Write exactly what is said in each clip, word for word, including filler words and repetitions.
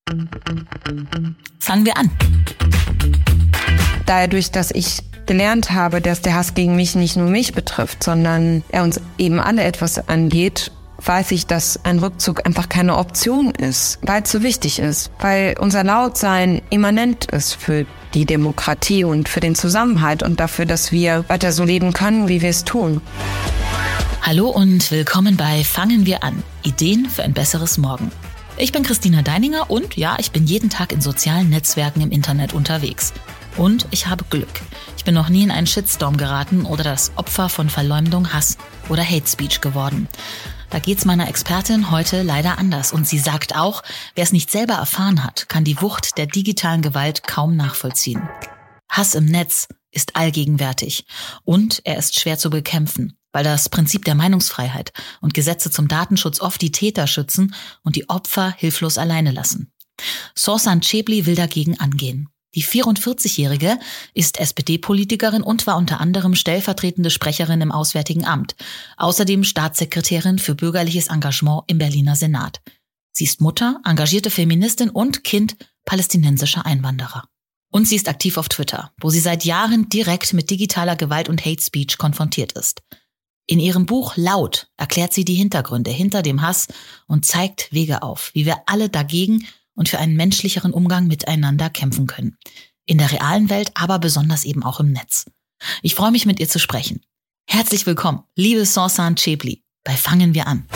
Fangen wir an. Dadurch, dass ich gelernt habe, dass der Hass gegen mich nicht nur mich betrifft, sondern er uns eben alle etwas angeht, weiß ich, dass ein Rückzug einfach keine Option ist, weil es so wichtig ist, weil unser Lautsein immanent ist für die Demokratie und für den Zusammenhalt und dafür, dass wir weiter so leben können, wie wir es tun. Hallo und willkommen bei Fangen wir an. Ideen für ein besseres Morgen. Ich bin Christina Deininger und ja, ich bin jeden Tag in sozialen Netzwerken im Internet unterwegs. Und ich habe Glück. Ich bin noch nie in einen Shitstorm geraten oder das Opfer von Verleumdung, Hass oder Hate Speech geworden. Da geht's meiner Expertin heute leider anders. Und sie sagt auch, wer es nicht selber erfahren hat, kann die Wucht der digitalen Gewalt kaum nachvollziehen. Hass im Netz ist allgegenwärtig und er ist schwer zu bekämpfen, weil das Prinzip der Meinungsfreiheit und Gesetze zum Datenschutz oft die Täter schützen und die Opfer hilflos alleine lassen. Sorsan Cebli will dagegen angehen. Die vierundvierzigjährige ist S P D-Politikerin und war unter anderem stellvertretende Sprecherin im Auswärtigen Amt, außerdem Staatssekretärin für bürgerliches Engagement im Berliner Senat. Sie ist Mutter, engagierte Feministin und Kind palästinensischer Einwanderer. Und sie ist aktiv auf Twitter, wo sie seit Jahren direkt mit digitaler Gewalt und Hate Speech konfrontiert ist. In ihrem Buch Laut erklärt sie die Hintergründe hinter dem Hass und zeigt Wege auf, wie wir alle dagegen und für einen menschlicheren Umgang miteinander kämpfen können. In der realen Welt, aber besonders eben auch im Netz. Ich freue mich, mit ihr zu sprechen. Herzlich willkommen, liebe Sorsan Cebli, bei Fangen wir an.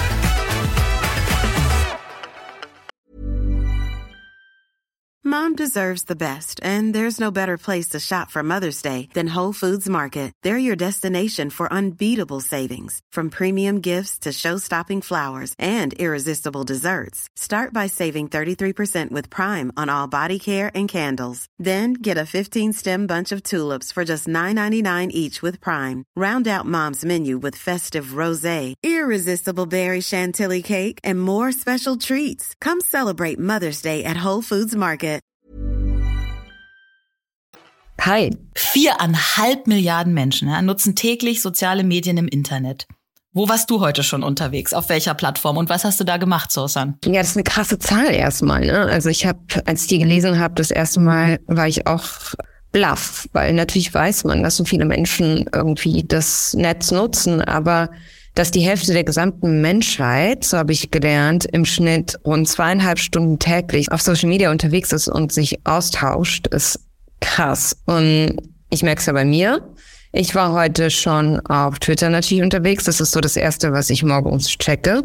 Mom deserves the best, and there's no better place to shop for Mother's Day than Whole Foods Market. They're your destination for unbeatable savings, from premium gifts to show-stopping flowers and irresistible desserts. Start by saving thirty-three percent with Prime on all body care and candles. Then get a fifteen-stem bunch of tulips for just nine ninety-nine each with Prime. Round out Mom's menu with festive rosé, irresistible berry chantilly cake, and more special treats. Come celebrate Mother's Day at Whole Foods Market. Hi. Viereinhalb Milliarden Menschen ja, nutzen täglich soziale Medien im Internet. Wo warst du heute schon unterwegs? Auf welcher Plattform? Und was hast du da gemacht, Sorsan? Ja, das ist eine krasse Zahl erstmal. Ne? Also ich habe, als ich die gelesen habe, das erste Mal war ich auch blaff, weil natürlich weiß man, dass so viele Menschen irgendwie das Netz nutzen, aber dass die Hälfte der gesamten Menschheit, so habe ich gelernt, im Schnitt rund zweieinhalb Stunden täglich auf Social Media unterwegs ist und sich austauscht, ist krass. Und ich merke es ja bei mir. Ich war heute schon auf Twitter natürlich unterwegs. Das ist so das Erste, was ich morgens checke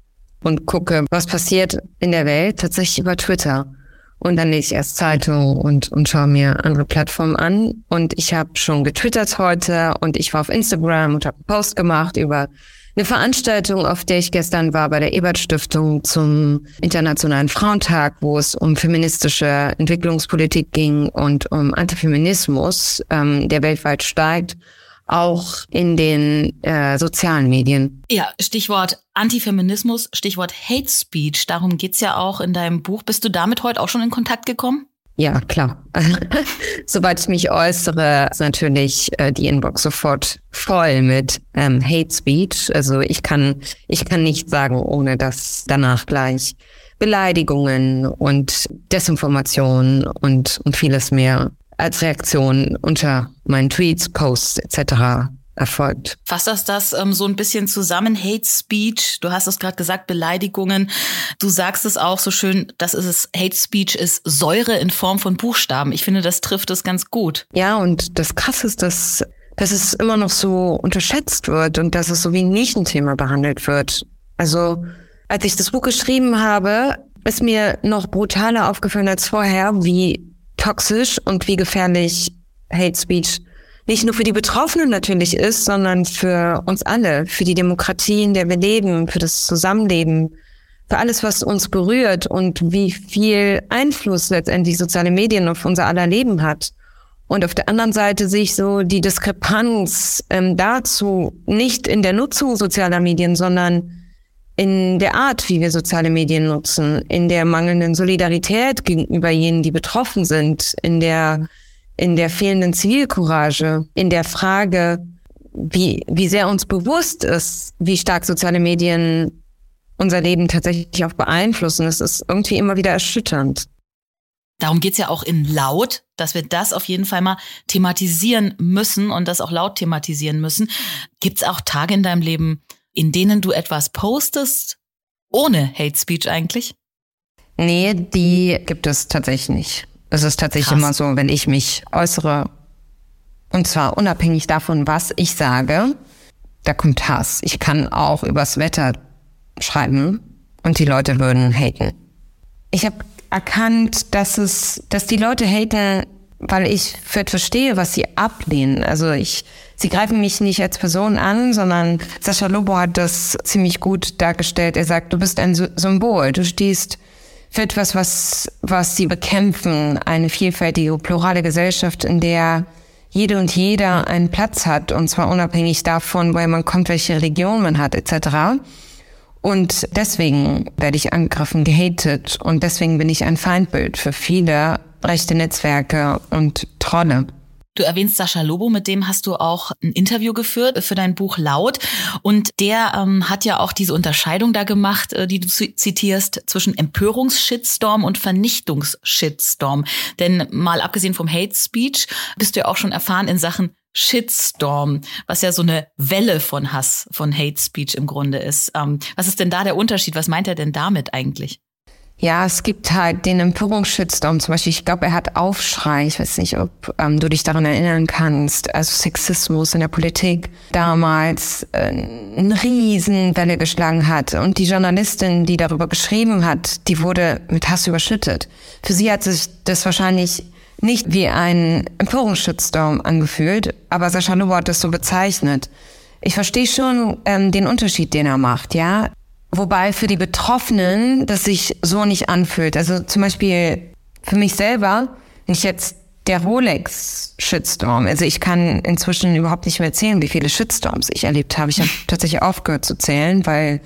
und gucke, was passiert in der Welt tatsächlich über Twitter. Und dann lese ich erst Zeitung und, und schaue mir andere Plattformen an. Und ich habe schon getwittert heute und ich war auf Instagram und habe einen Post gemacht über eine Veranstaltung, auf der ich gestern war bei der Ebert-Stiftung zum Internationalen Frauentag, wo es um feministische Entwicklungspolitik ging und um Antifeminismus, ähm, der weltweit steigt, auch in den äh, sozialen Medien. Ja, Stichwort Antifeminismus, Stichwort Hate Speech, darum geht's ja auch in deinem Buch. Bist du damit heute auch schon in Kontakt gekommen? Ja, klar. Sobald ich mich äußere, ist natürlich äh, die Inbox sofort voll mit ähm, Hate Speech. Also ich kann, ich kann nicht sagen, ohne dass danach gleich Beleidigungen und Desinformation und, und vieles mehr als Reaktion unter meinen Tweets, Posts et cetera erfolgt. Fasst das das ähm, so ein bisschen zusammen? Hate Speech, du hast es gerade gesagt, Beleidigungen. Du sagst es auch so schön, das ist es, Hate Speech ist Säure in Form von Buchstaben. Ich finde, das trifft es ganz gut. Ja, und das Krasse ist, dass, dass es immer noch so unterschätzt wird und dass es so wie ein Nischenthema behandelt wird. Also, als ich das Buch geschrieben habe, ist mir noch brutaler aufgefallen als vorher, wie toxisch und wie gefährlich Hate Speech nicht nur für die Betroffenen natürlich ist, sondern für uns alle, für die Demokratie, in der wir leben, für das Zusammenleben, für alles, was uns berührt und wie viel Einfluss letztendlich soziale Medien auf unser aller Leben hat. Und auf der anderen Seite sehe ich so die Diskrepanz ähm, dazu, nicht in der Nutzung sozialer Medien, sondern in der Art, wie wir soziale Medien nutzen, in der mangelnden Solidarität gegenüber jenen, die betroffen sind, in der in der fehlenden Zivilcourage, in der Frage, wie wie sehr uns bewusst ist, wie stark soziale Medien unser Leben tatsächlich auch beeinflussen. Es ist irgendwie immer wieder erschütternd. Darum geht's ja auch in Laut, dass wir das auf jeden Fall mal thematisieren müssen und das auch laut thematisieren müssen. Gibt's auch Tage in deinem Leben, in denen du etwas postest, ohne Hate Speech eigentlich? Nee, die gibt es tatsächlich nicht. Es ist tatsächlich Krass. Immer so, wenn ich mich äußere, und zwar unabhängig davon, was ich sage, da kommt Hass. Ich kann auch übers Wetter schreiben und die Leute würden haten. Ich habe erkannt, dass es, dass die Leute haten, weil ich für etwas stehe, was sie ablehnen. Also ich, sie greifen mich nicht als Person an, sondern Sascha Lobo hat das ziemlich gut dargestellt. Er sagt, du bist ein Symbol, du stehst für etwas, was, was sie bekämpfen, eine vielfältige, plurale Gesellschaft, in der jede und jeder einen Platz hat, und zwar unabhängig davon, woher man kommt, welche Religion man hat, et cetera. Und deswegen werde ich angegriffen, gehatet, und deswegen bin ich ein Feindbild für viele rechte Netzwerke und Trolle. Du erwähnst Sascha Lobo, mit dem hast du auch ein Interview geführt für dein Buch Laut. Und der ähm, hat ja auch diese Unterscheidung da gemacht, äh, die du zitierst, zwischen Empörungs-Shitstorm und Vernichtungs-Shitstorm. Denn mal abgesehen vom Hate Speech bist du ja auch schon erfahren in Sachen Shitstorm, was ja so eine Welle von Hass, von Hate Speech im Grunde ist. Ähm, was ist denn da der Unterschied? Was meint er denn damit eigentlich? Ja, es gibt halt den Empörungsshitstorm zum Beispiel. Ich glaube, er hat Aufschrei. Ich weiß nicht, ob ähm, du dich daran erinnern kannst. Also Sexismus in der Politik damals äh, eine Riesenwelle geschlagen hat. Und die Journalistin, die darüber geschrieben hat, die wurde mit Hass überschüttet. Für sie hat sich das wahrscheinlich nicht wie ein Empörungsshitstorm angefühlt, aber Sascha Lobo hat das so bezeichnet. Ich verstehe schon ähm, den Unterschied, den er macht, ja. Wobei für die Betroffenen das sich so nicht anfühlt. Also zum Beispiel für mich selber, nicht jetzt der Rolex-Shitstorm. Also ich kann inzwischen überhaupt nicht mehr zählen, wie viele Shitstorms ich erlebt habe. Ich habe tatsächlich aufgehört zu zählen, weil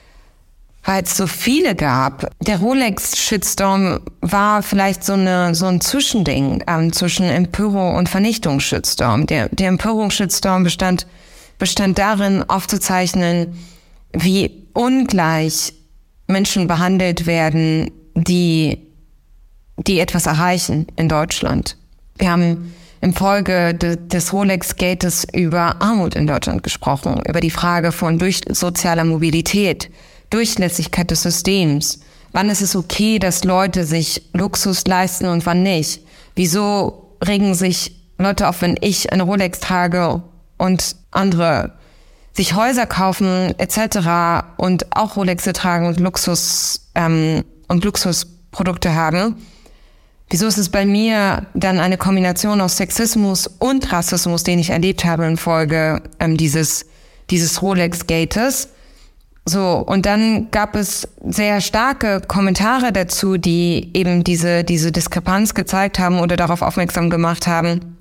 weil es so viele gab. Der Rolex-Shitstorm war vielleicht so eine so ein Zwischending ähm, zwischen Empörung und Vernichtungsshitstorm. Der, der Empörungsshitstorm bestand, bestand darin, aufzuzeichnen, wie ungleich Menschen behandelt werden, die, die etwas erreichen in Deutschland. Wir haben in Folge de, des Rolex-Gates über Armut in Deutschland gesprochen, über die Frage von durch sozialer Mobilität, Durchlässigkeit des Systems. Wann ist es okay, dass Leute sich Luxus leisten und wann nicht? Wieso regen sich Leute auf, wenn ich eine Rolex trage und andere sich Häuser kaufen et cetera und auch Rolexe tragen und Luxus ähm, und Luxusprodukte haben? Wieso ist es bei mir dann eine Kombination aus Sexismus und Rassismus, den ich erlebt habe infolge ähm, dieses dieses Rolex-Gates? So, und dann gab es sehr starke Kommentare dazu, die eben diese diese Diskrepanz gezeigt haben oder darauf aufmerksam gemacht haben,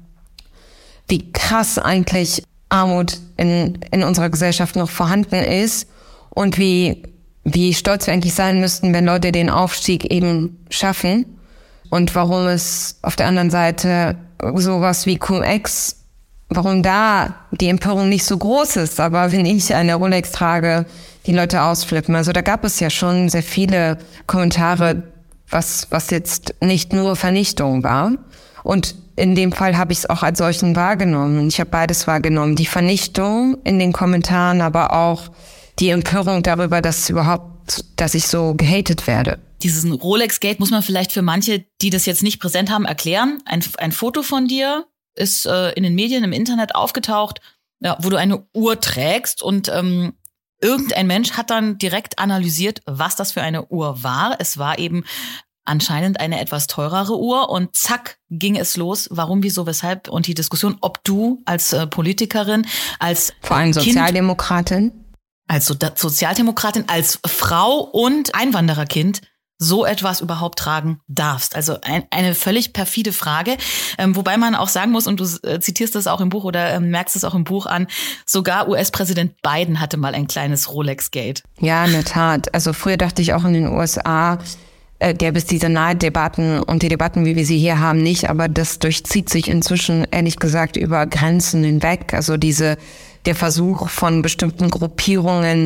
wie krass eigentlich Armut in in unserer Gesellschaft noch vorhanden ist und wie wie stolz wir eigentlich sein müssten, wenn Leute den Aufstieg eben schaffen, und warum es auf der anderen Seite sowas wie Cum-Ex, warum da die Empörung nicht so groß ist, aber wenn ich eine Rolex trage, die Leute ausflippen. Also da gab es ja schon sehr viele Kommentare, was was jetzt nicht nur Vernichtung war. Und in dem Fall habe ich es auch als solchen wahrgenommen. Ich habe beides wahrgenommen. Die Vernichtung in den Kommentaren, aber auch die Empörung darüber, dass überhaupt, dass ich so gehatet werde. Diesen Rolex-Gate muss man vielleicht für manche, die das jetzt nicht präsent haben, erklären. Ein, ein Foto von dir ist äh, in den Medien, im Internet aufgetaucht, ja, wo du eine Uhr trägst, und ähm, irgendein Mensch hat dann direkt analysiert, was das für eine Uhr war. Es war eben anscheinend eine etwas teurere Uhr, und zack, ging es los. Warum, wieso, weshalb? Und die Diskussion, ob du als äh, Politikerin, als vor allem Sozialdemokratin, kind, als so- Sozialdemokratin, als Frau und Einwandererkind so etwas überhaupt tragen darfst. Also ein, eine völlig perfide Frage, ähm, wobei man auch sagen muss, und du äh, zitierst das auch im Buch oder äh, merkst es auch im Buch an, sogar U S-Präsident Biden hatte mal ein kleines Rolex-Gate. Ja, in der Tat. Also früher dachte ich auch in den U S A, äh, gäbe es diese Neiddebatten und die Debatten, wie wir sie hier haben, nicht, aber das durchzieht sich inzwischen, ehrlich gesagt, über Grenzen hinweg. Also diese der Versuch von bestimmten Gruppierungen,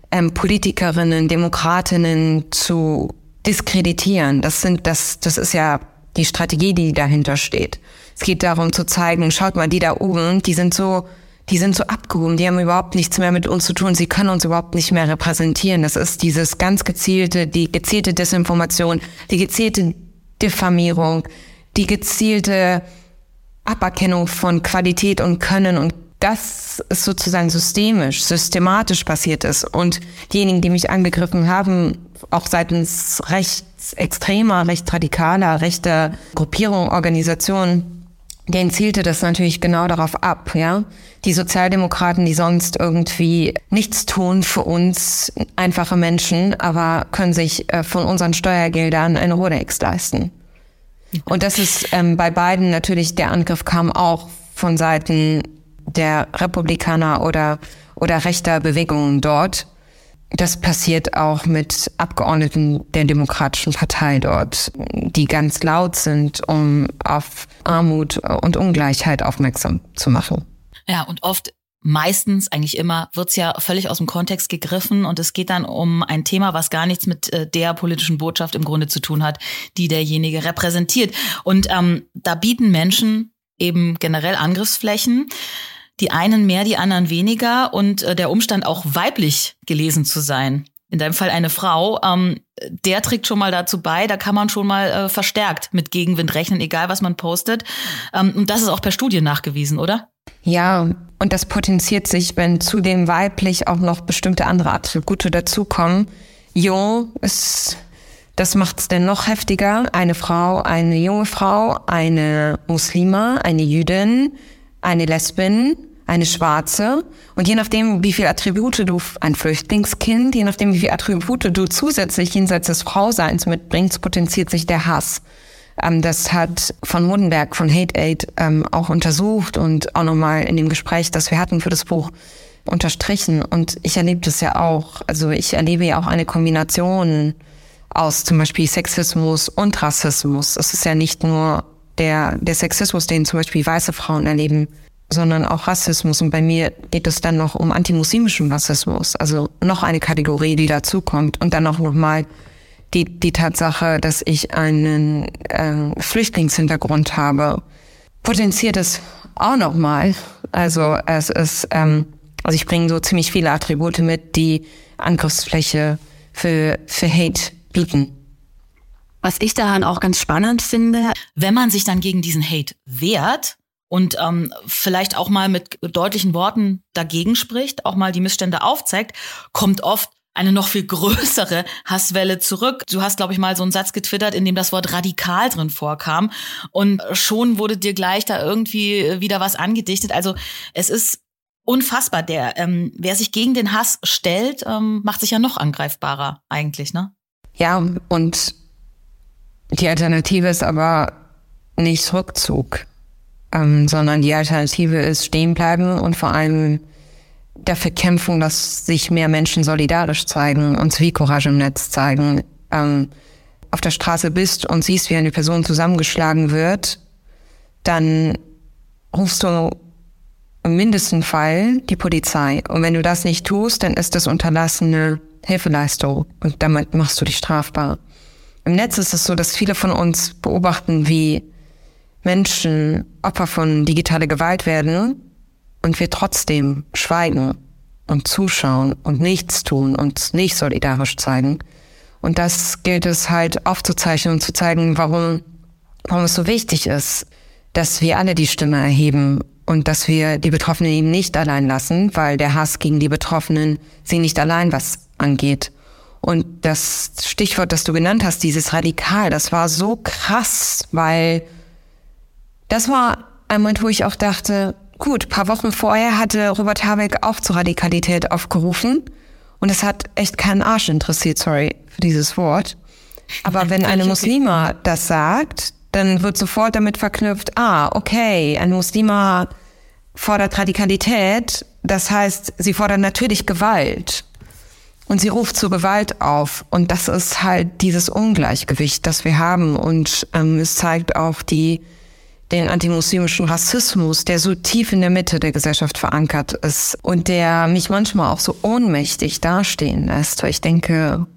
ähm, Politikerinnen, Demokratinnen zu diskreditieren. Das sind, das, das ist ja die Strategie, die dahinter steht. Es geht darum zu zeigen, schaut mal, die da oben, die sind so, die sind so abgehoben, die haben überhaupt nichts mehr mit uns zu tun, sie können uns überhaupt nicht mehr repräsentieren. Das ist dieses ganz gezielte, die gezielte Desinformation, die gezielte Diffamierung, die gezielte Aberkennung von Qualität und Können, und das ist sozusagen systemisch, systematisch passiert ist. Und diejenigen, die mich angegriffen haben, auch seitens rechtsextremer, rechtsradikaler, rechter Gruppierungen, Organisationen, denen zielte das natürlich genau darauf ab, ja. Die Sozialdemokraten, die sonst irgendwie nichts tun für uns, einfache Menschen, aber können sich äh, von unseren Steuergeldern eine Rolex leisten. Und das ist ähm, bei beiden natürlich, der Angriff kam auch von Seiten der Republikaner oder, oder rechter Bewegungen dort. Das passiert auch mit Abgeordneten der Demokratischen Partei dort, die ganz laut sind, um auf Armut und Ungleichheit aufmerksam zu machen. Ja, und oft, meistens, eigentlich immer, wird's ja völlig aus dem Kontext gegriffen und es geht dann um ein Thema, was gar nichts mit äh, der politischen Botschaft im Grunde zu tun hat, die derjenige repräsentiert. Und ähm, da bieten Menschen eben generell Angriffsflächen. Die einen mehr, die anderen weniger, und äh, der Umstand, auch weiblich gelesen zu sein, in deinem Fall eine Frau, ähm, der trägt schon mal dazu bei, da kann man schon mal äh, verstärkt mit Gegenwind rechnen, egal was man postet. Ähm, und das ist auch per Studie nachgewiesen, oder? Ja, und das potenziert sich, wenn zudem weiblich auch noch bestimmte andere Attribute dazukommen. Jo, ist, das macht's denn noch heftiger. Eine Frau, eine junge Frau, eine Muslima, eine Jüdin, eine Lesbin, eine Schwarze, und je nachdem, wie viele Attribute du, ein Flüchtlingskind, je nachdem, wie viele Attribute du zusätzlich jenseits des Frauseins mitbringst, potenziert sich der Hass. Ähm, das hat von Modenberg von Hate Aid ähm, auch untersucht und auch nochmal in dem Gespräch, das wir hatten für das Buch, unterstrichen. Und ich erlebe das ja auch. Also ich erlebe ja auch eine Kombination aus zum Beispiel Sexismus und Rassismus. Es ist ja nicht nur der, der Sexismus, den zum Beispiel weiße Frauen erleben, sondern auch Rassismus. Und bei mir geht es dann noch um antimuslimischen Rassismus, also noch eine Kategorie, die dazukommt. Und dann auch nochmal die, die Tatsache, dass ich einen äh, Flüchtlingshintergrund habe, potenziert es auch nochmal. Also es ist, ähm, also ich bringe so ziemlich viele Attribute mit, die Angriffsfläche für, für Hate bieten. Was ich daran auch ganz spannend finde, wenn man sich dann gegen diesen Hate wehrt und ähm, vielleicht auch mal mit deutlichen Worten dagegen spricht, auch mal die Missstände aufzeigt, kommt oft eine noch viel größere Hasswelle zurück. Du hast, glaube ich, mal so einen Satz getwittert, in dem das Wort radikal drin vorkam, und schon wurde dir gleich da irgendwie wieder was angedichtet. Also es ist unfassbar. Der, ähm, wer sich gegen den Hass stellt, ähm, macht sich ja noch angreifbarer eigentlich, ne? Ja, und die Alternative ist aber nicht Rückzug, ähm, sondern die Alternative ist stehen bleiben und vor allem dafür kämpfen, dass sich mehr Menschen solidarisch zeigen und Zivilcourage im Netz zeigen. Ähm, auf der Straße bist und siehst, wie eine Person zusammengeschlagen wird, dann rufst du im mindesten Fall die Polizei. Und wenn du das nicht tust, dann ist das unterlassene Hilfeleistung und damit machst du dich strafbar. Im Netz ist es so, dass viele von uns beobachten, wie Menschen Opfer von digitaler Gewalt werden und wir trotzdem schweigen und zuschauen und nichts tun und nicht solidarisch zeigen. Und das gilt es halt aufzuzeichnen und zu zeigen, warum, warum es so wichtig ist, dass wir alle die Stimme erheben und dass wir die Betroffenen eben nicht allein lassen, weil der Hass gegen die Betroffenen sie nicht allein was angeht. Und das Stichwort, das du genannt hast, dieses Radikal, das war so krass, weil das war ein Moment, wo ich auch dachte, gut, paar Wochen vorher hatte Robert Habeck auch zur Radikalität aufgerufen und es hat echt keinen Arsch interessiert, sorry für dieses Wort. Aber wenn eine Muslima das sagt, dann wird sofort damit verknüpft, ah, okay, ein Muslima fordert Radikalität, das heißt, sie fordert natürlich Gewalt. Und sie ruft zur Gewalt auf. Und das ist halt dieses Ungleichgewicht, das wir haben. Und ähm, es zeigt auch die, den antimuslimischen Rassismus, der so tief in der Mitte der Gesellschaft verankert ist und der mich manchmal auch so ohnmächtig dastehen lässt, weil ich denke,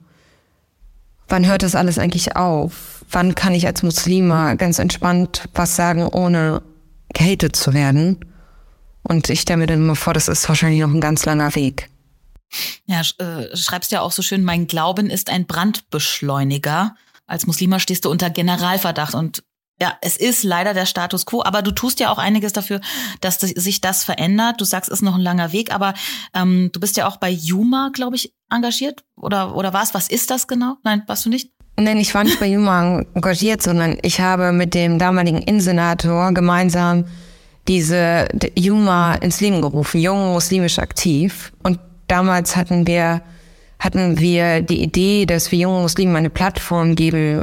wann hört das alles eigentlich auf? Wann kann ich als Muslima ganz entspannt was sagen, ohne gehatet zu werden? Und ich stelle mir dann immer vor, das ist wahrscheinlich noch ein ganz langer Weg. Ja, äh, schreibst ja auch so schön, mein Glauben ist ein Brandbeschleuniger. Als Muslima stehst du unter Generalverdacht und ja, es ist leider der Status quo, aber du tust ja auch einiges dafür, dass sich das verändert. Du sagst, es ist noch ein langer Weg, aber ähm, du bist ja auch bei Juma, glaube ich, engagiert oder oder was? Was ist das genau? Nein, warst du nicht? Nein, ich war nicht bei Juma engagiert, sondern ich habe mit dem damaligen Innensenator gemeinsam diese Juma ins Leben gerufen, Jung muslimisch aktiv. Und damals hatten wir hatten wir die Idee, dass wir jungen Muslimen eine Plattform geben,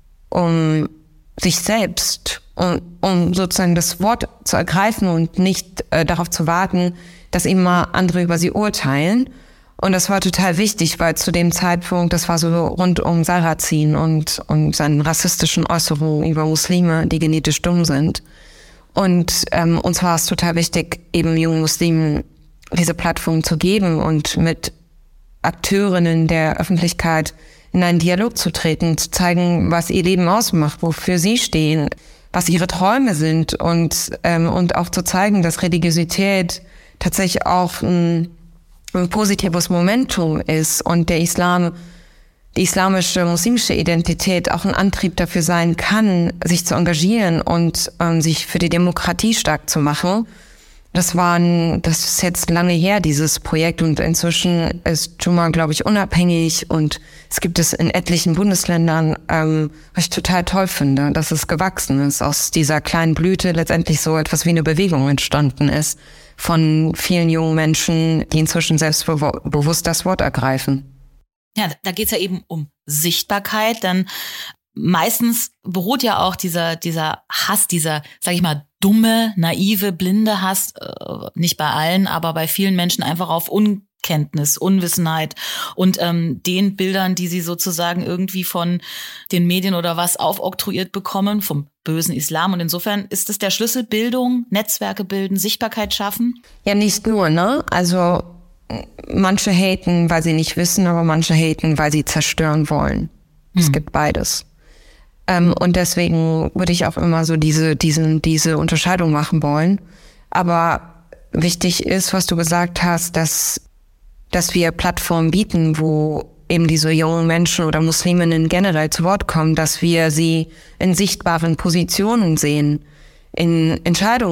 um sich selbst, um, um sozusagen das Wort zu ergreifen und nicht äh, darauf zu warten, dass immer andere über sie urteilen. Und das war total wichtig, weil zu dem Zeitpunkt, das war so rund um Sarrazin und, und seinen rassistischen Äußerungen über Muslime, die genetisch dumm sind. Und ähm, uns war es total wichtig, eben jungen Muslimen diese Plattform zu geben und mit Akteurinnen der Öffentlichkeit in einen Dialog zu treten, zu zeigen, was ihr Leben ausmacht, wofür sie stehen, was ihre Träume sind und ähm, und auch zu zeigen, dass Religiosität tatsächlich auch ein, ein positives Momentum ist und der Islam, die islamische, muslimische Identität auch ein Antrieb dafür sein kann, sich zu engagieren und ähm, sich für die Demokratie stark zu machen. Das war ein, das ist jetzt lange her, dieses Projekt, und inzwischen ist Juma, glaube ich, unabhängig und es gibt es in etlichen Bundesländern, ähm, was ich total toll finde, dass es gewachsen ist, aus dieser kleinen Blüte letztendlich so etwas wie eine Bewegung entstanden ist von vielen jungen Menschen, die inzwischen selbstbewusst das Wort ergreifen. Ja, da geht's ja eben um Sichtbarkeit, denn meistens beruht ja auch dieser dieser Hass, dieser, sag ich mal, dumme, naive, blinde Hass, äh, nicht bei allen, aber bei vielen Menschen einfach auf Unkenntnis, Unwissenheit und ähm, den Bildern, die sie sozusagen irgendwie von den Medien oder was aufoktroyiert bekommen, vom bösen Islam. Und insofern ist es der Schlüssel: Bildung, Netzwerke bilden, Sichtbarkeit schaffen? Ja, nicht nur, ne? Also manche haten, weil sie nicht wissen, aber manche haten, weil sie zerstören wollen. Hm. Es gibt beides. Ähm, und deswegen würde ich auch immer so diese, diesen, diese Unterscheidung machen wollen. Aber wichtig ist, was du gesagt hast, dass, dass wir Plattformen bieten, wo eben diese jungen Menschen oder Musliminnen generell zu Wort kommen, dass wir sie in sichtbaren Positionen sehen, in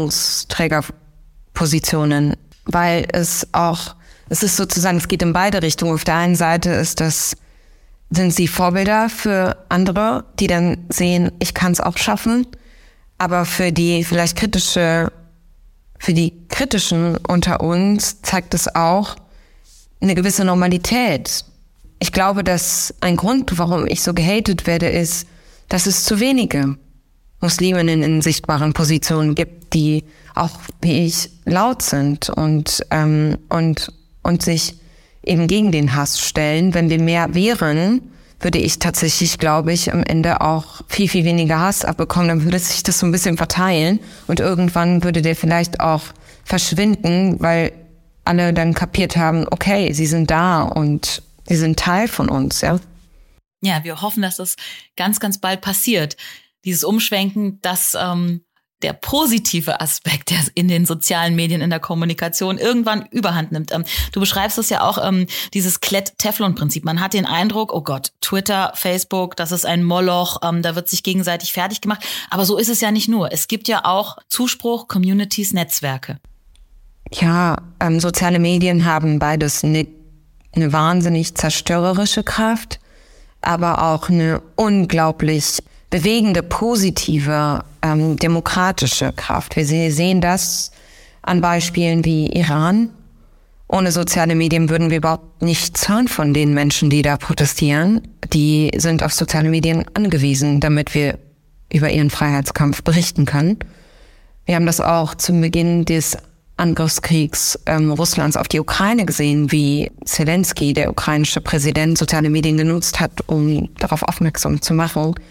Entscheidungsträgerpositionen, weil es auch, es ist sozusagen, es geht in beide Richtungen. Auf der einen Seite ist das, sind sie Vorbilder für andere, die dann sehen, ich kann es auch schaffen. Aber für die vielleicht kritische, für die Kritischen unter uns zeigt es auch eine gewisse Normalität. Ich glaube, dass ein Grund, warum ich so gehatet werde, ist, dass es zu wenige Musliminnen in sichtbaren Positionen gibt, die auch wie ich laut sind und ähm, und und sich eben gegen den Hass stellen. Wenn wir mehr wären, würde ich tatsächlich, glaube ich, am Ende auch viel, viel weniger Hass abbekommen. Dann würde sich das so ein bisschen verteilen und irgendwann würde der vielleicht auch verschwinden, weil alle dann kapiert haben, okay, sie sind da und sie sind Teil von uns, ja. Ja, wir hoffen, dass das ganz, ganz bald passiert. Dieses Umschwenken, dass ähm, der positive Aspekt, der in den sozialen Medien, in der Kommunikation irgendwann Überhand nimmt. Ähm, du beschreibst es ja auch, ähm, dieses Klett-Teflon-Prinzip. Man hat den Eindruck, oh Gott, Twitter, Facebook, das ist ein Moloch, ähm, da wird sich gegenseitig fertig gemacht. Aber so ist es ja nicht nur. Es gibt ja auch Zuspruch, Communities, Netzwerke. Ja, ähm, soziale Medien haben beides eine, eine wahnsinnig zerstörerische Kraft, aber auch eine unglaublich bewegende, positive, ähm, demokratische Kraft. Wir sehen das an Beispielen wie Iran. Ohne soziale Medien würden wir überhaupt nichts hören von den Menschen, die da protestieren. Die sind auf soziale Medien angewiesen, damit wir über ihren Freiheitskampf berichten können. Wir haben das auch zum Beginn des Angriffskriegs ähm, Russlands auf die Ukraine gesehen, wie Zelensky, der ukrainische Präsident, soziale Medien genutzt hat, um darauf aufmerksam zu machen,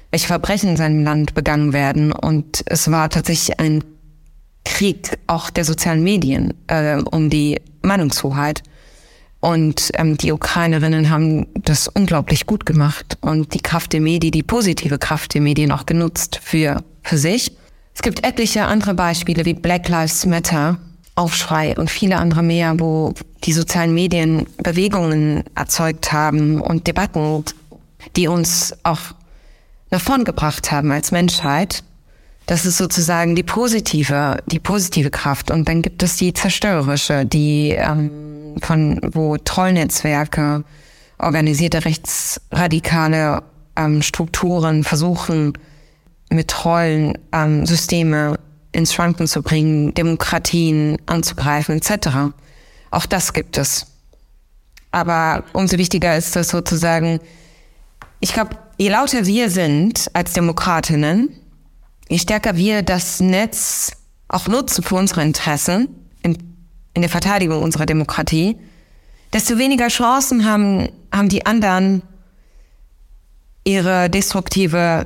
welche Verbrechen in seinem Land begangen werden. Und es war tatsächlich ein Krieg auch der sozialen Medien äh, um die Meinungshoheit. Und ähm, die Ukrainerinnen haben das unglaublich gut gemacht und die Kraft der Medien, die positive Kraft der Medien auch genutzt für, für sich. Es gibt etliche andere Beispiele wie Black Lives Matter, Aufschrei und viele andere mehr, wo die sozialen Medien Bewegungen erzeugt haben und Debatten, die uns auch nach vorn gebracht haben als Menschheit. Das ist sozusagen die positive, die positive Kraft. Und dann gibt es die zerstörerische, die ähm, von wo Trollnetzwerke, organisierte rechtsradikale ähm, Strukturen versuchen, mit Trollen ähm, Systeme ins Schwanken zu bringen, Demokratien anzugreifen et cetera. Auch das gibt es. Aber umso wichtiger ist es sozusagen, ich glaube, je lauter wir sind als Demokratinnen, je stärker wir das Netz auch nutzen für unsere Interessen in, in der Verteidigung unserer Demokratie, desto weniger Chancen haben, haben die anderen, ihre destruktive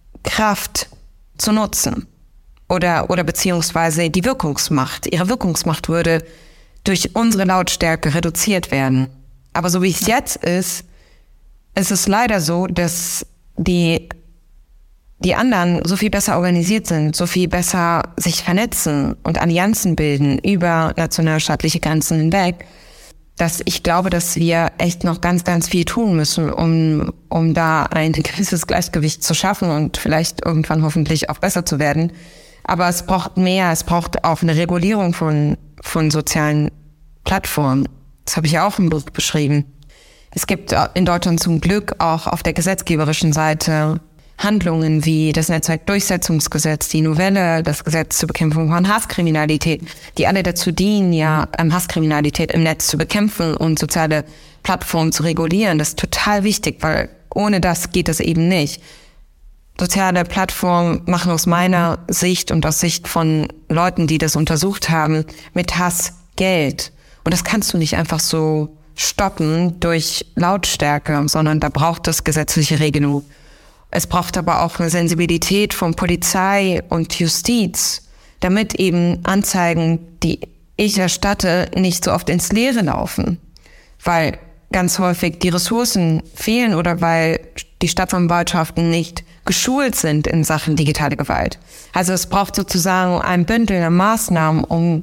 Kraft zu nutzen. Oder, oder beziehungsweise die Wirkungsmacht. Ihre Wirkungsmacht würde durch unsere Lautstärke reduziert werden. Aber so wie es jetzt ist, ist es leider so, dass die die anderen so viel besser organisiert sind, so viel besser sich vernetzen und Allianzen bilden über nationalstaatliche Grenzen hinweg, dass ich glaube, dass wir echt noch ganz, ganz viel tun müssen, um um da ein gewisses Gleichgewicht zu schaffen und vielleicht irgendwann hoffentlich auch besser zu werden. Aber es braucht mehr, es braucht auch eine Regulierung von von sozialen Plattformen. Das habe ich ja auch im Buch beschrieben. Es gibt in Deutschland zum Glück auch auf der gesetzgeberischen Seite Handlungen wie das Netzwerkdurchsetzungsgesetz, die Novelle, das Gesetz zur Bekämpfung von Hasskriminalität, die alle dazu dienen, ja, Hasskriminalität im Netz zu bekämpfen und soziale Plattformen zu regulieren. Das ist total wichtig, weil ohne das geht es eben nicht. Soziale Plattformen machen aus meiner Sicht und aus Sicht von Leuten, die das untersucht haben, mit Hass Geld. Und das kannst du nicht einfach so stoppen durch Lautstärke, sondern da braucht es gesetzliche Regelung. Es braucht aber auch eine Sensibilität von Polizei und Justiz, damit eben Anzeigen, die ich erstatte, nicht so oft ins Leere laufen. Weil ganz häufig die Ressourcen fehlen oder weil die Staatsanwaltschaften nicht geschult sind in Sachen digitale Gewalt. Also es braucht sozusagen ein Bündel an Maßnahmen, um,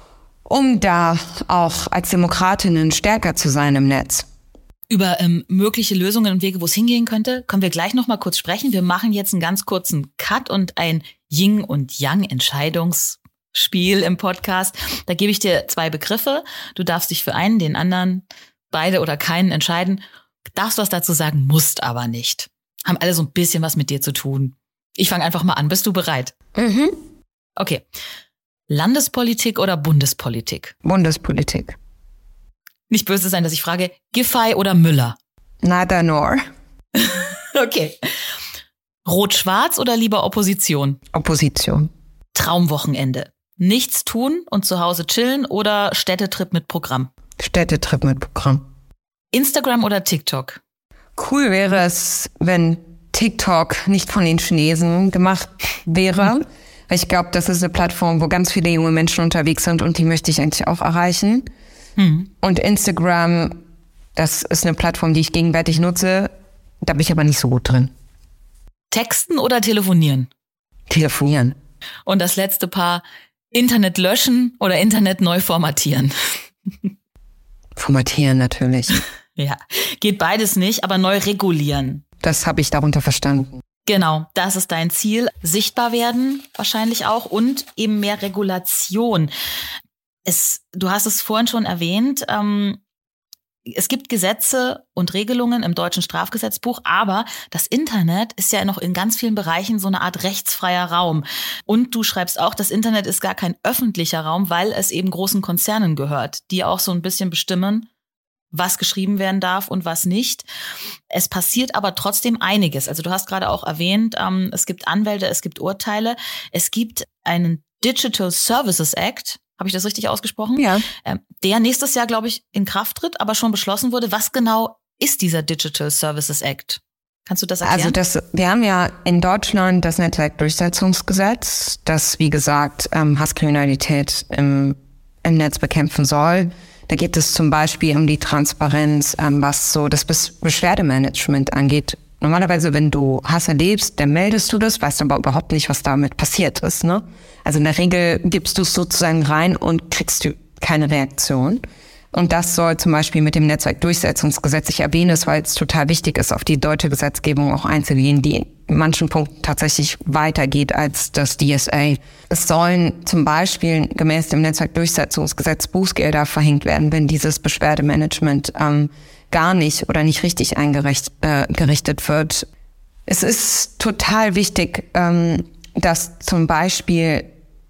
um da auch als Demokratinnen stärker zu sein im Netz. Über ähm, mögliche Lösungen und Wege, wo es hingehen könnte, können wir gleich noch mal kurz sprechen. Wir machen jetzt einen ganz kurzen Cut und ein Yin- und Yang-Entscheidungsspiel im Podcast. Da gebe ich dir zwei Begriffe. Du darfst dich für einen, den anderen, beide oder keinen entscheiden. Darfst was dazu sagen, musst aber nicht. Haben alle so ein bisschen was mit dir zu tun. Ich fange einfach mal an. Bist du bereit? Mhm. Okay. Landespolitik oder Bundespolitik? Bundespolitik. Nicht böse sein, dass ich frage, Giffey oder Müller? Neither nor. Okay. Rot-Schwarz oder lieber Opposition? Opposition. Traumwochenende. Nichts tun und zu Hause chillen oder Städtetrip mit Programm? Städtetrip mit Programm. Instagram oder TikTok? Cool wäre es, wenn TikTok nicht von den Chinesen gemacht wäre. Weil ich glaube, das ist eine Plattform, wo ganz viele junge Menschen unterwegs sind und die möchte ich eigentlich auch erreichen. Mhm. Und Instagram, das ist eine Plattform, die ich gegenwärtig nutze. Da bin ich aber nicht so gut drin. Texten oder telefonieren? Telefonieren. Und das letzte Paar, Internet löschen oder Internet neu formatieren? Formatieren natürlich. Ja, geht beides nicht, aber neu regulieren. Das habe ich darunter verstanden. Genau, das ist dein Ziel. Sichtbar werden wahrscheinlich auch und eben mehr Regulation. Es, du hast es vorhin schon erwähnt, ähm, es gibt Gesetze und Regelungen im deutschen Strafgesetzbuch, aber das Internet ist ja noch in ganz vielen Bereichen so eine Art rechtsfreier Raum. Und du schreibst auch, das Internet ist gar kein öffentlicher Raum, weil es eben großen Konzernen gehört, die auch so ein bisschen bestimmen, was geschrieben werden darf und was nicht. Es passiert aber trotzdem einiges. Also du hast gerade auch erwähnt, ähm, es gibt Anwälte, es gibt Urteile, es gibt einen Digital Services Act. Habe ich das richtig ausgesprochen? Ja. Der nächstes Jahr, glaube ich, in Kraft tritt, aber schon beschlossen wurde. Was genau ist dieser Digital Services Act? Kannst du das erklären? Also das, wir haben ja in Deutschland das Netzwerkdurchsetzungsgesetz, das, wie gesagt, ähm, Hasskriminalität im, im Netz bekämpfen soll. Da geht es zum Beispiel um die Transparenz, ähm, was so das Beschwerdemanagement angeht. Normalerweise, wenn du Hass erlebst, dann meldest du das, weißt aber überhaupt nicht, was damit passiert ist, ne? Also in der Regel gibst du es sozusagen rein und kriegst du keine Reaktion. Und das soll zum Beispiel mit dem Netzwerkdurchsetzungsgesetz, ich erwähne es, weil es total wichtig ist, auf die deutsche Gesetzgebung auch einzugehen, die in manchen Punkten tatsächlich weitergeht als das D S A. Es sollen zum Beispiel gemäß dem Netzwerkdurchsetzungsgesetz Bußgelder verhängt werden, wenn dieses Beschwerdemanagement ähm, gar nicht oder nicht richtig eingerichtet äh, gerichtet wird. Es ist total wichtig, ähm, dass zum Beispiel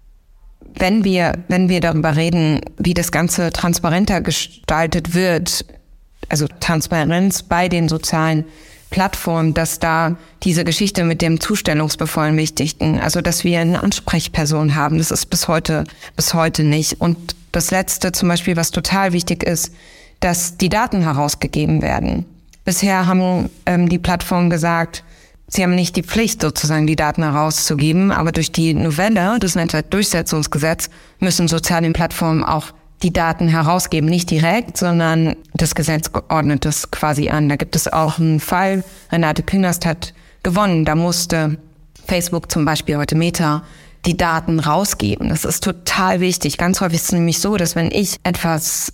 Wenn wir, wenn wir darüber reden, wie das Ganze transparenter gestaltet wird, also Transparenz bei den sozialen Plattformen, dass da diese Geschichte mit dem Zustellungsbevollmächtigten, also dass wir eine Ansprechperson haben, das ist bis heute, bis heute nicht. Und das Letzte zum Beispiel, was total wichtig ist, dass die Daten herausgegeben werden. Bisher haben ähm, die Plattformen gesagt, sie haben nicht die Pflicht, sozusagen die Daten herauszugeben, aber durch die Novelle des Netzwerkdurchsetzungsgesetzes müssen soziale Plattformen auch die Daten herausgeben. Nicht direkt, sondern das Gesetz ordnet das quasi an. Da gibt es auch einen Fall, Renate Künast hat gewonnen. Da musste Facebook zum Beispiel, heute Meta, die Daten rausgeben. Das ist total wichtig. Ganz häufig ist es nämlich so, dass wenn ich etwas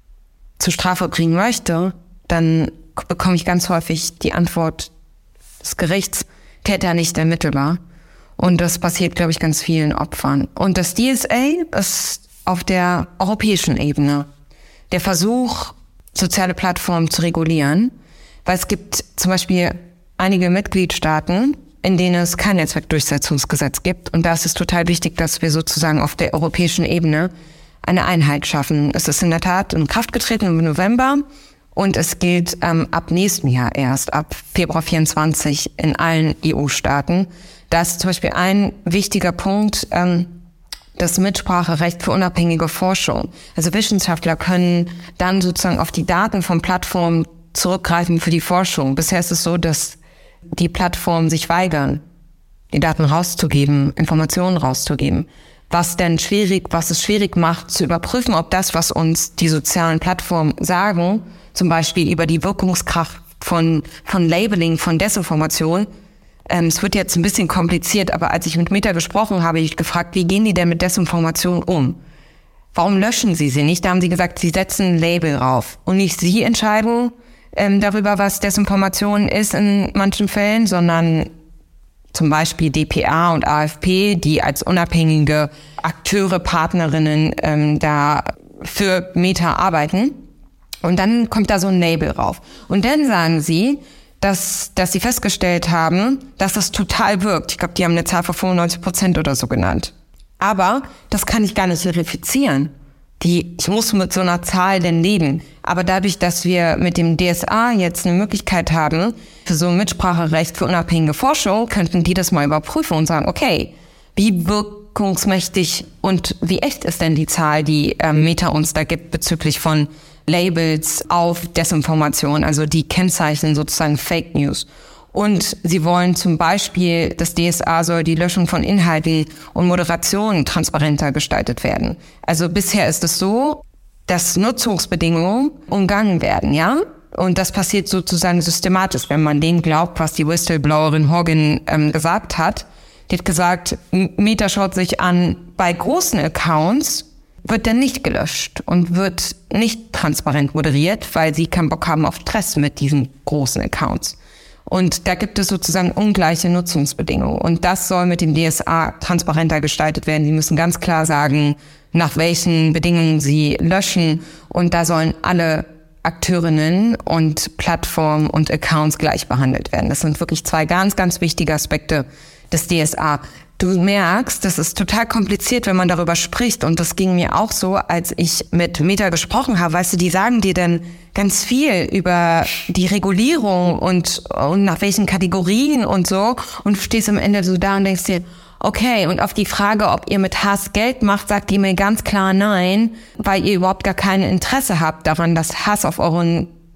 zur Strafe bringen möchte, dann bekomme ich ganz häufig die Antwort des Gerichts, Täter nicht ermittelbar. Und das passiert, glaube ich, ganz vielen Opfern. Und das D S A ist auf der europäischen Ebene der Versuch, soziale Plattformen zu regulieren, weil es gibt zum Beispiel einige Mitgliedstaaten, in denen es kein Netzwerkdurchsetzungsgesetz gibt. Und da ist es total wichtig, dass wir sozusagen auf der europäischen Ebene eine Einheit schaffen. Es ist in der Tat in Kraft getreten im November. Und es gilt ähm, ab nächstem Jahr erst, ab Februar vierundzwanzig in allen E U-Staaten. Da ist zum Beispiel ein wichtiger Punkt, ähm, das Mitspracherecht für unabhängige Forschung. Also Wissenschaftler können dann sozusagen auf die Daten von Plattformen zurückgreifen für die Forschung. Bisher ist es so, dass die Plattformen sich weigern, die Daten rauszugeben, Informationen rauszugeben. Was denn schwierig, was es schwierig macht, zu überprüfen, ob das, was uns die sozialen Plattformen sagen, zum Beispiel über die Wirkungskraft von, von Labeling, von Desinformation. Ähm, es wird jetzt ein bisschen kompliziert, aber als ich mit Meta gesprochen habe, habe ich gefragt, wie gehen die denn mit Desinformation um? Warum löschen sie sie nicht? Da haben sie gesagt, sie setzen ein Label rauf. Und nicht sie entscheiden ähm, darüber, was Desinformation ist in manchen Fällen, sondern zum Beispiel D P A und A F P, die als unabhängige Akteure, Partnerinnen ähm, da für Meta arbeiten. Und dann kommt da so ein Label rauf. Und dann sagen sie, dass, dass sie festgestellt haben, dass das total wirkt. Ich glaube, die haben eine Zahl von fünfundneunzig Prozent oder so genannt. Aber das kann ich gar nicht verifizieren. Die, ich muss mit so einer Zahl denn leben. Aber dadurch, dass wir mit dem D S A jetzt eine Möglichkeit haben, für so ein Mitspracherecht für unabhängige Forschung, könnten die das mal überprüfen und sagen, okay, wie wirkungsmächtig und wie echt ist denn die Zahl, die äh, Meta uns da gibt bezüglich von Labels auf Desinformation, also die kennzeichnen sozusagen Fake News. Und sie wollen zum Beispiel, das D S A soll die Löschung von Inhalten und Moderation transparenter gestaltet werden. Also bisher ist es so, dass Nutzungsbedingungen umgangen werden, ja? Und das passiert sozusagen systematisch, wenn man denen glaubt, was die Whistleblowerin Hogan ähm, gesagt hat. Die hat gesagt, Meta schaut sich an, bei großen Accounts wird der nicht gelöscht und wird nicht transparent moderiert, weil sie keinen Bock haben auf Stress mit diesen großen Accounts. Und da gibt es sozusagen ungleiche Nutzungsbedingungen. Und das soll mit dem D S A transparenter gestaltet werden. Sie müssen ganz klar sagen, nach welchen Bedingungen sie löschen. Und da sollen alle Akteurinnen und Plattformen und Accounts gleich behandelt werden. Das sind wirklich zwei ganz, ganz wichtige Aspekte des D S A. Du merkst, das ist total kompliziert, wenn man darüber spricht. Und das ging mir auch so, als ich mit Meta gesprochen habe. Weißt du, die sagen dir dann ganz viel über die Regulierung und, und nach welchen Kategorien und so. Und du stehst am Ende so da und denkst dir, okay, und auf die Frage, ob ihr mit Hass Geld macht, sagt ihr mir ganz klar nein, weil ihr überhaupt gar kein Interesse habt daran, dass Hass auf euren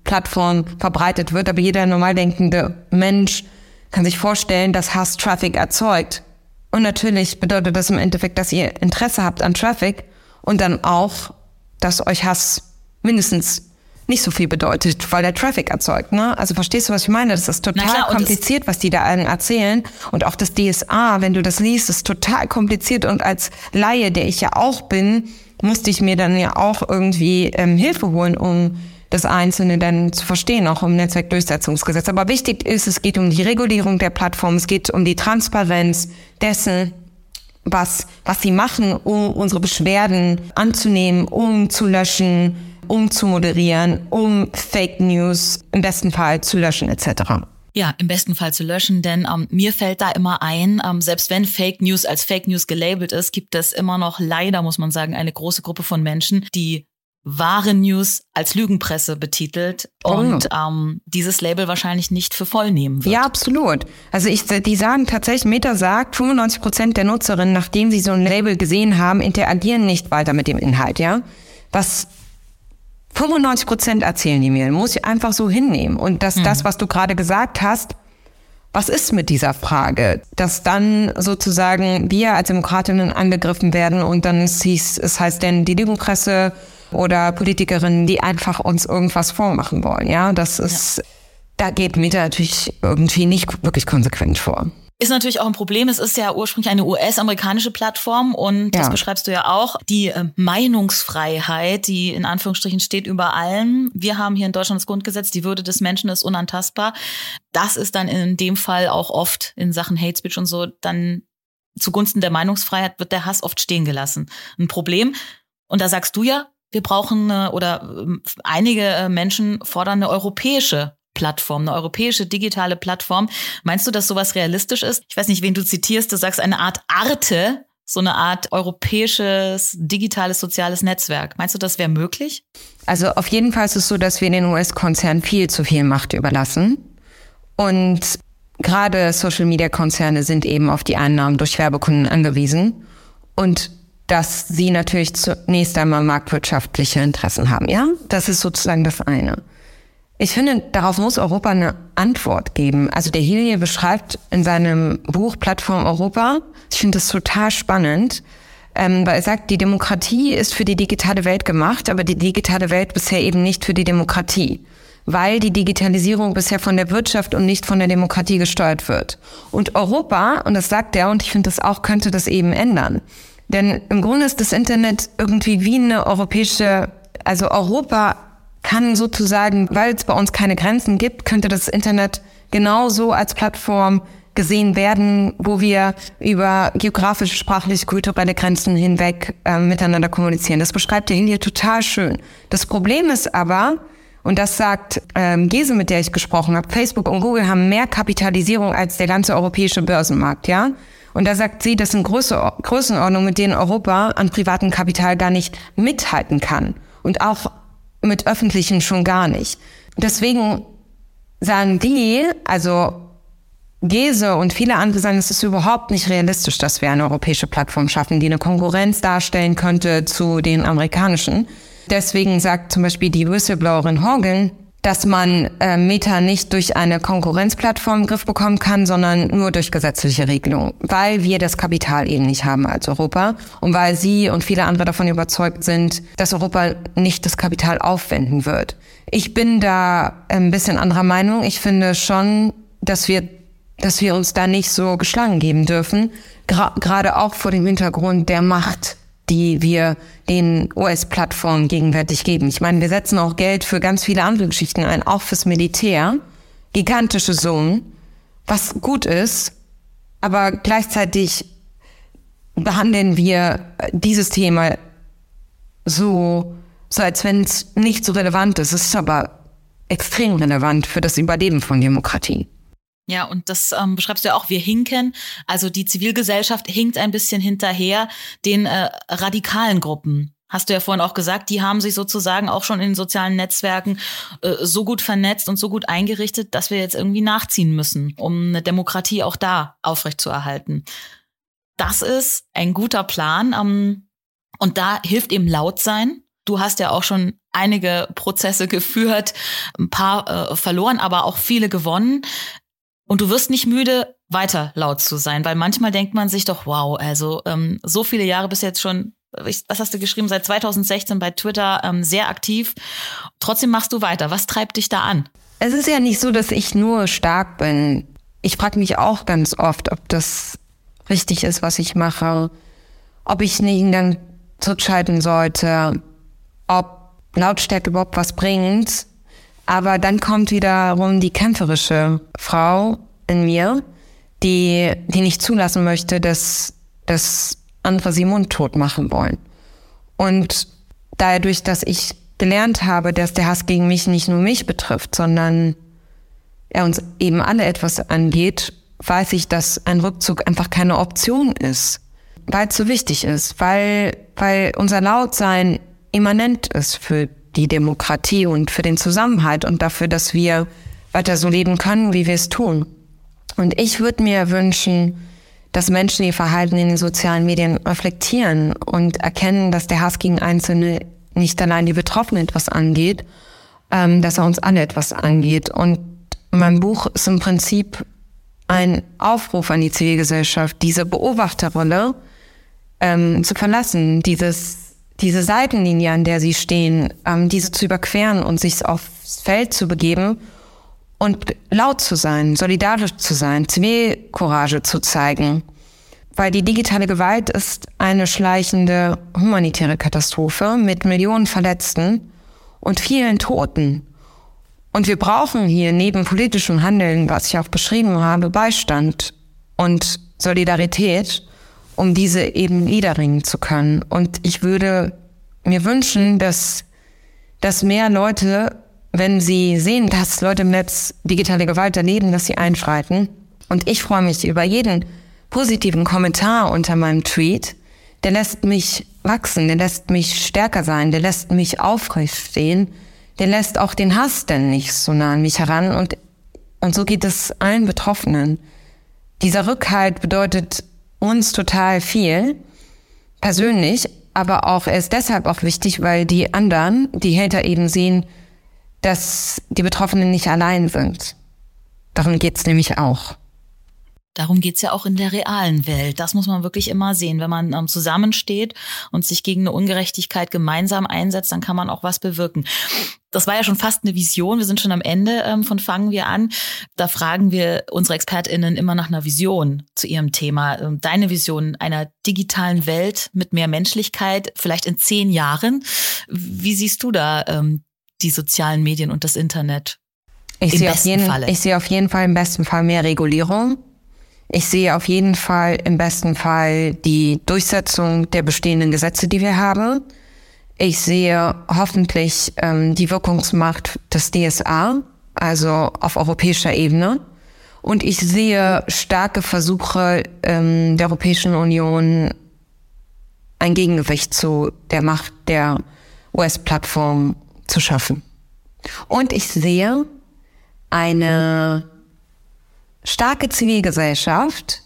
Plattform verbreitet wird. Aber jeder normal denkende Mensch kann sich vorstellen, dass Hass Traffic erzeugt. Und natürlich bedeutet das im Endeffekt, dass ihr Interesse habt an Traffic und dann auch, dass euch Hass mindestens nicht so viel bedeutet, weil der Traffic erzeugt, ne? Also verstehst du, was ich meine? Das ist total klar, kompliziert, was die da erzählen. Und auch das D S A, wenn du das liest, ist total kompliziert. Und als Laie, der ich ja auch bin, musste ich mir dann ja auch irgendwie ähm, Hilfe holen, um das Einzelne dann zu verstehen, auch im Netzwerkdurchsetzungsgesetz. Aber wichtig ist, es geht um die Regulierung der Plattform, es geht um die Transparenz dessen, was, was sie machen, um unsere Beschwerden anzunehmen, um zu löschen, um zu moderieren, um Fake News im besten Fall zu löschen et cetera. Ja, im besten Fall zu löschen, denn ähm, mir fällt da immer ein, ähm, selbst wenn Fake News als Fake News gelabelt ist, gibt es immer noch leider, muss man sagen, eine große Gruppe von Menschen, die wahre News als Lügenpresse betitelt und oh. ähm, dieses Label wahrscheinlich nicht für voll nehmen wird. Ja, absolut. Also ich, die sagen tatsächlich, Meta sagt, fünfundneunzig Prozent der Nutzerinnen, nachdem sie so ein Label gesehen haben, interagieren nicht weiter mit dem Inhalt, ja. Was fünfundneunzig Prozent erzählen die mir, muss ich einfach so hinnehmen. Und dass hm. das, was du gerade gesagt hast, was ist mit dieser Frage? Dass dann sozusagen wir als Demokratinnen angegriffen werden und dann es hieß, es heißt denn die Lügenpresse oder Politikerinnen, die einfach uns irgendwas vormachen wollen. Ja, das ist, ja. Da geht Meta natürlich irgendwie nicht wirklich konsequent vor. Ist natürlich auch ein Problem. Es ist ja ursprünglich eine U S-amerikanische Plattform und ja. das beschreibst du ja auch. Die äh, Meinungsfreiheit, die in Anführungsstrichen steht über allem. Wir haben hier in Deutschland das Grundgesetz, die Würde des Menschen ist unantastbar. Das ist dann in dem Fall auch oft in Sachen Hate Speech und so dann zugunsten der Meinungsfreiheit wird der Hass oft stehen gelassen. Ein Problem. Und da sagst du ja, wir brauchen äh, oder äh, einige äh, Menschen fordern eine europäische Plattform, eine europäische digitale Plattform. Meinst du, dass sowas realistisch ist? Ich weiß nicht, wen du zitierst. Du sagst eine Art Arte, so eine Art europäisches digitales soziales Netzwerk. Meinst du, das wäre möglich? Also auf jeden Fall ist es so, dass wir den U S-Konzernen viel zu viel Macht überlassen. Und gerade Social-Media-Konzerne sind eben auf die Einnahmen durch Werbekunden angewiesen. Und dass sie natürlich zunächst einmal marktwirtschaftliche Interessen haben. Ja, das ist sozusagen das eine. Ich finde, darauf muss Europa eine Antwort geben. Also der Hilje beschreibt in seinem Buch Plattform Europa, ich finde das total spannend, ähm, weil er sagt, die Demokratie ist für die digitale Welt gemacht, aber die digitale Welt bisher eben nicht für die Demokratie, weil die Digitalisierung bisher von der Wirtschaft und nicht von der Demokratie gesteuert wird. Und Europa, und das sagt er, und ich finde das auch, könnte das eben ändern. Denn im Grunde ist das Internet irgendwie wie eine europäische, also Europa kann sozusagen, weil es bei uns keine Grenzen gibt, könnte das Internet genauso als Plattform gesehen werden, wo wir über geografische, sprachliche, kulturelle Grenzen hinweg äh, miteinander kommunizieren. Das beschreibt der Hilje total schön. Das Problem ist aber, und das sagt ähm, Gese, mit der ich gesprochen habe, Facebook und Google haben mehr Kapitalisierung als der ganze europäische Börsenmarkt, ja? Und da sagt sie, das sind Größe, Größenordnungen, mit denen Europa an privatem Kapital gar nicht mithalten kann. Und auch mit öffentlichen schon gar nicht. Deswegen sagen die, also Gese und viele andere sagen, es ist überhaupt nicht realistisch, dass wir eine europäische Plattform schaffen, die eine Konkurrenz darstellen könnte zu den amerikanischen. Deswegen sagt zum Beispiel die Whistleblowerin Horgan, dass man äh, Meta nicht durch eine Konkurrenzplattform im Griff bekommen kann, sondern nur durch gesetzliche Regelungen, weil wir das Kapital eben nicht haben als Europa und weil sie und viele andere davon überzeugt sind, dass Europa nicht das Kapital aufwenden wird. Ich bin da ein bisschen anderer Meinung. Ich finde schon, dass wir, dass wir uns da nicht so geschlagen geben dürfen, Gra- gerade auch vor dem Hintergrund der Macht, die wir den U S-Plattformen gegenwärtig geben. Ich meine, wir setzen auch Geld für ganz viele andere Geschichten ein, auch fürs Militär. Gigantische Summen, was gut ist, aber gleichzeitig behandeln wir dieses Thema so, so als wenn es nicht so relevant ist. Es ist aber extrem relevant für das Überleben von Demokratie. Ja, und das ähm, beschreibst du ja auch, wir hinken, also die Zivilgesellschaft hinkt ein bisschen hinterher den äh, radikalen Gruppen. Hast du ja vorhin auch gesagt, die haben sich sozusagen auch schon in den sozialen Netzwerken äh, so gut vernetzt und so gut eingerichtet, dass wir jetzt irgendwie nachziehen müssen, um eine Demokratie auch da aufrechtzuerhalten. Das ist ein guter Plan ähm, und da hilft eben laut sein. du hast ja auch schon einige Prozesse geführt, ein paar äh, verloren, aber auch viele gewonnen. Und du wirst nicht müde, weiter laut zu sein, weil manchmal denkt man sich doch, wow, also ähm, so viele Jahre bis jetzt schon, ich, was hast du geschrieben, seit zweitausendsechzehn bei Twitter ähm, sehr aktiv. Trotzdem machst du weiter. Was treibt dich da an? Es ist ja nicht so, dass ich nur stark bin. Ich frage mich auch ganz oft, ob das richtig ist, was ich mache, ob ich nicht dann zurückschalten sollte, ob Lautstärke überhaupt was bringt. Aber dann kommt wiederum die kämpferische Frau in mir, die, die nicht zulassen möchte, dass, dass andere sie mundtot machen wollen. Und dadurch, dass ich gelernt habe, dass der Hass gegen mich nicht nur mich betrifft, sondern er uns eben alle etwas angeht, weiß ich, dass ein Rückzug einfach keine Option ist, weil es so wichtig ist, weil, weil unser Lautsein immanent ist für die Demokratie und für den Zusammenhalt und dafür, dass wir weiter so leben können, wie wir es tun. Und ich würde mir wünschen, dass Menschen ihr Verhalten in den sozialen Medien reflektieren und erkennen, dass der Hass gegen Einzelne nicht allein die Betroffenen etwas angeht, ähm, dass er uns alle etwas angeht. Und mein Buch ist im Prinzip ein Aufruf an die Zivilgesellschaft, diese Beobachterrolle ähm, zu verlassen, dieses diese Seitenlinie, an der sie stehen, ähm, diese zu überqueren und sich aufs Feld zu begeben und laut zu sein, solidarisch zu sein, Zivilcourage zu zeigen. Weil die digitale Gewalt ist eine schleichende humanitäre Katastrophe mit Millionen Verletzten und vielen Toten. Und wir brauchen hier neben politischem Handeln, was ich auch beschrieben habe, Beistand und Solidarität, um diese eben niederringen zu können. Und ich würde mir wünschen, dass, dass mehr Leute, wenn sie sehen, dass Leute im Netz digitale Gewalt erleben, dass sie einschreiten. Und ich freue mich über jeden positiven Kommentar unter meinem Tweet. Der lässt mich wachsen, der lässt mich stärker sein, der lässt mich aufrecht stehen, der lässt auch den Hass denn nicht so nah an mich heran. Und, und so geht es allen Betroffenen. Dieser Rückhalt bedeutet uns total viel, persönlich, aber auch, er ist deshalb auch wichtig, weil die anderen, die Hater eben sehen, dass die Betroffenen nicht allein sind. Darum geht's nämlich auch. Darum geht's ja auch in der realen Welt. Das muss man wirklich immer sehen. Wenn man ähm, zusammensteht und sich gegen eine Ungerechtigkeit gemeinsam einsetzt, dann kann man auch was bewirken. Das war ja schon fast eine Vision. Wir sind schon am Ende ähm, von Fangen wir an. Da fragen wir unsere ExpertInnen immer nach einer Vision zu ihrem Thema. Ähm, deine Vision einer digitalen Welt mit mehr Menschlichkeit, vielleicht in zehn Jahren. Wie siehst du da ähm, die sozialen Medien und das Internet? Ich Im sehe besten auf jeden, Falle. Ich sehe auf jeden Fall im besten Fall mehr Regulierung. Ich sehe auf jeden Fall im besten Fall die Durchsetzung der bestehenden Gesetze, die wir haben. Ich sehe hoffentlich ähm, die Wirkungsmacht des D S A, also auf europäischer Ebene. Und ich sehe starke Versuche ähm, der Europäischen Union, ein Gegengewicht zu der Macht der U S-Plattform zu schaffen. Und ich sehe eine starke Zivilgesellschaft,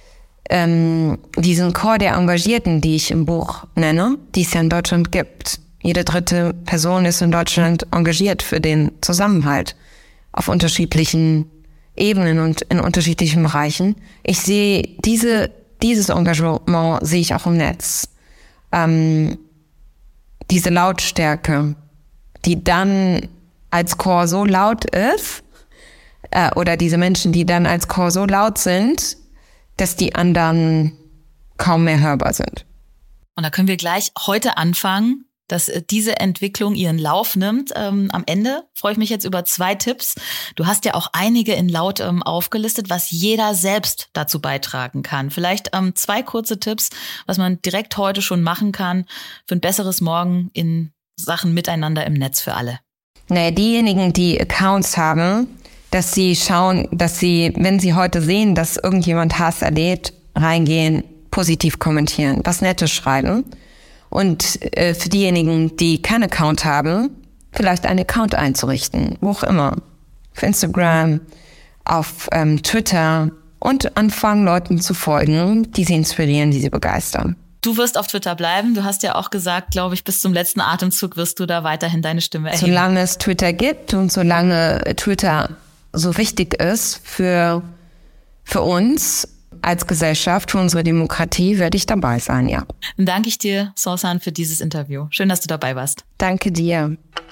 ähm, diesen Chor der Engagierten, die ich im Buch nenne, die es ja in Deutschland gibt. Jede dritte Person ist in Deutschland engagiert für den Zusammenhalt auf unterschiedlichen Ebenen und in unterschiedlichen Bereichen. Ich sehe diese, dieses Engagement sehe ich auch im Netz. Ähm, diese Lautstärke, die dann als Chor so laut ist, äh, oder diese Menschen, die dann als Chor so laut sind, dass die anderen kaum mehr hörbar sind. Und da können wir gleich heute anfangen, dass diese Entwicklung ihren Lauf nimmt. Ähm, am Ende freue ich mich jetzt über zwei Tipps. Du hast ja auch einige in Laut ähm, aufgelistet, was jeder selbst dazu beitragen kann. Vielleicht ähm, zwei kurze Tipps, was man direkt heute schon machen kann für ein besseres Morgen in Sachen Miteinander im Netz für alle. Naja, diejenigen, die Accounts haben, dass sie schauen, dass sie, wenn sie heute sehen, dass irgendjemand Hass erlebt, reingehen, positiv kommentieren, was Nettes schreiben. Und äh, für diejenigen, die keinen Account haben, vielleicht einen Account einzurichten, wo auch immer. Auf Instagram, auf ähm, Twitter und anfangen, Leuten zu folgen, die sie inspirieren, die sie begeistern. du wirst auf Twitter bleiben. Du hast ja auch gesagt, glaube ich, bis zum letzten Atemzug wirst du da weiterhin deine Stimme erheben. Solange es Twitter gibt und solange Twitter so wichtig ist für, für uns als Gesellschaft, für unsere Demokratie, werde ich dabei sein, ja. Dann danke ich dir, Sausan, für dieses Interview. Schön, dass du dabei warst. Danke dir.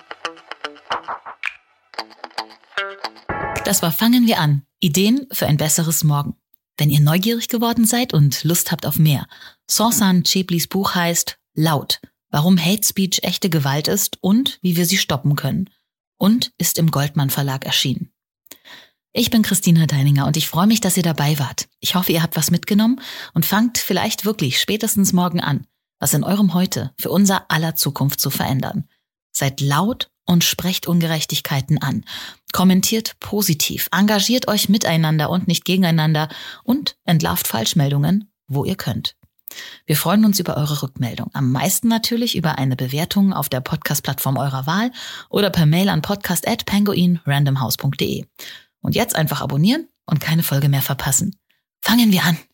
Das war Fangen wir an. Ideen für ein besseres Morgen. Wenn ihr neugierig geworden seid und Lust habt auf mehr, Sausan Cheblis Buch heißt Laut, warum Hate Speech echte Gewalt ist und wie wir sie stoppen können. Und ist im Goldmann Verlag erschienen. Ich bin Christina Deininger und ich freue mich, dass ihr dabei wart. Ich hoffe, ihr habt was mitgenommen und fangt vielleicht wirklich spätestens morgen an, was in eurem Heute für unser aller Zukunft zu verändern. Seid laut und sprecht Ungerechtigkeiten an. Kommentiert positiv, engagiert euch miteinander und nicht gegeneinander und entlarvt Falschmeldungen, wo ihr könnt. Wir freuen uns über eure Rückmeldung. Am meisten natürlich über eine Bewertung auf der Podcast-Plattform eurer Wahl oder per Mail an podcast at penguin random house punkt de. Und jetzt einfach abonnieren und keine Folge mehr verpassen. Fangen wir an!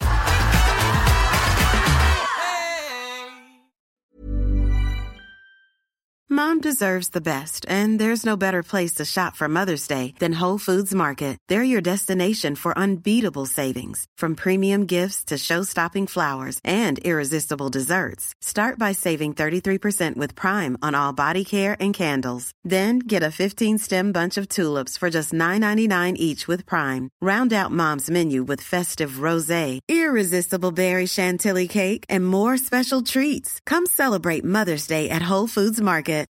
Mom deserves the best, and there's no better place to shop for Mother's Day than Whole Foods Market. They're your destination for unbeatable savings, from premium gifts to show-stopping flowers and irresistible desserts. Start by saving thirty-three percent with Prime on all body care and candles. Then get a fifteen-stem bunch of tulips for just nine ninety-nine each with Prime. Round out Mom's menu with festive rosé, irresistible berry chantilly cake, and more special treats. Come celebrate Mother's Day at Whole Foods Market.